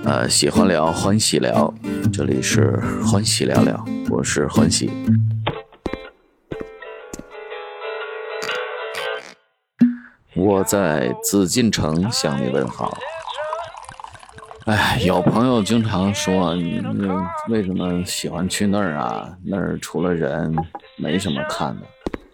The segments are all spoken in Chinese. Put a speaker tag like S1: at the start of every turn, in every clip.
S1: 喜欢聊欢喜聊，这里是欢喜聊聊，我是欢喜。我在紫禁城向你问好。有朋友经常说你为什么喜欢去那儿啊？那儿除了人没什么看的。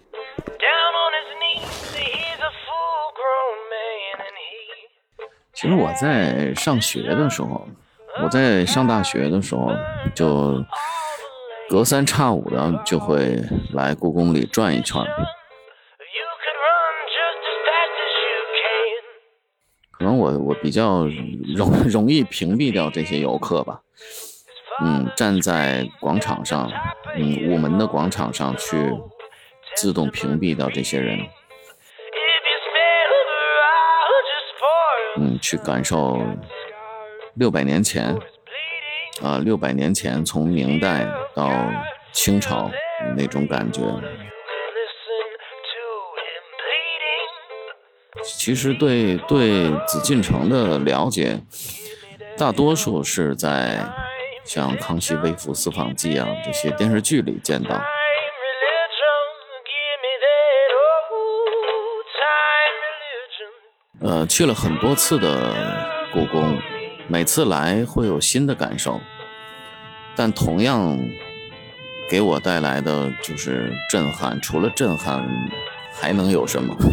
S1: 其实我在上学的时候，我在上大学的时候，就隔三差五的就会来故宫里转一圈。可能我比较容易屏蔽掉这些游客吧。站在广场上，午门的广场上去自动屏蔽掉这些人。去感受600年前，600年前从明代到清朝那种感觉。其实对紫禁城的了解，大多数是在像《康熙微服私访记》啊这些电视剧里见到。去了很多次的故宫，每次来会有新的感受，但同样给我带来的就是震撼。除了震撼，还能有什么？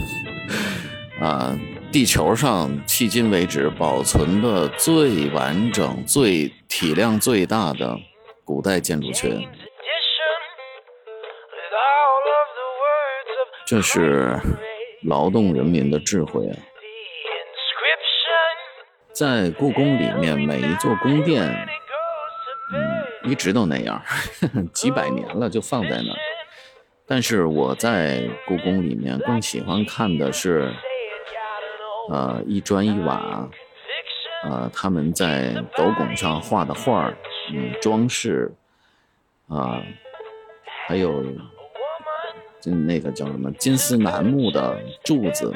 S1: 地球上迄今为止保存的最完整、体量最大的古代建筑群，这是劳动人民的智慧啊！在故宫里面，每一座宫殿，一直都那样，几百年了就放在那儿。但是我在故宫里面更喜欢看的是，一砖一瓦，他们在斗拱上画的画，装饰，还有那个叫什么金丝楠木的柱子。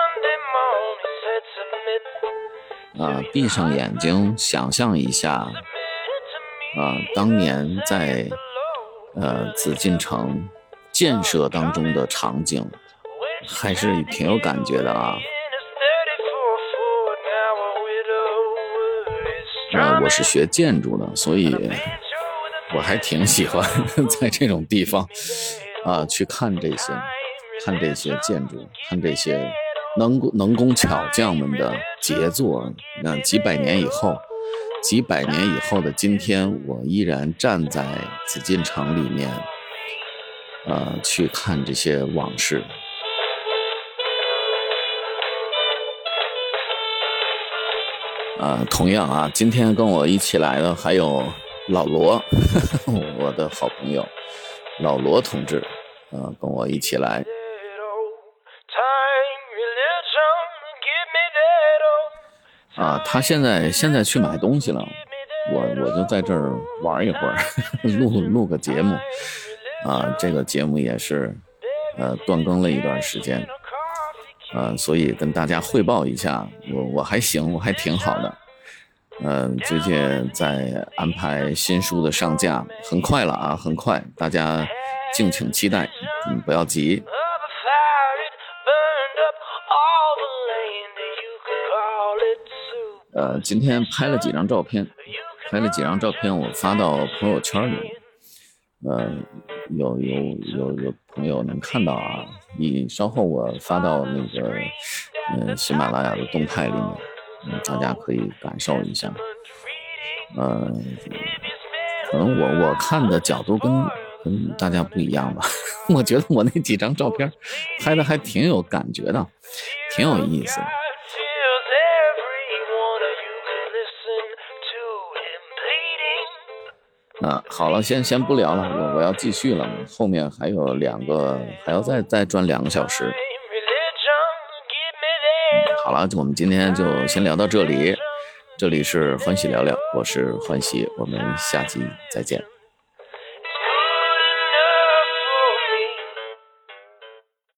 S1: 闭上眼睛想象一下，当年在紫禁城建设当中的场景，还是挺有感觉的啊。我是学建筑的，所以我还挺喜欢在这种地方去看这些建筑，看这些能工巧匠们的杰作。几百年以后的今天，我依然站在紫禁城里面，去看这些往事。同样今天跟我一起来的还有老罗，我的好朋友老罗同志，跟我一起来。他现在去买东西了，我就在这儿玩一会儿，录个节目。这个节目也是断更了一段时间，所以跟大家汇报一下，我还行，我还挺好的。最近在安排新书的上架，很快了很快，大家敬请期待，不要急。今天拍了几张照片，我发到朋友圈里。有朋友能看到稍后我发到那个喜马拉雅的动态里面，大家可以感受一下。可能我看的角度跟大家不一样吧。我觉得我那几张照片拍的还挺有感觉的，挺有意思。好了，先不聊了，我要继续了，后面还有还要再转2个小时。好了，我们今天就先聊到这里，这里是欢喜聊聊，我是欢喜，我们下期再见。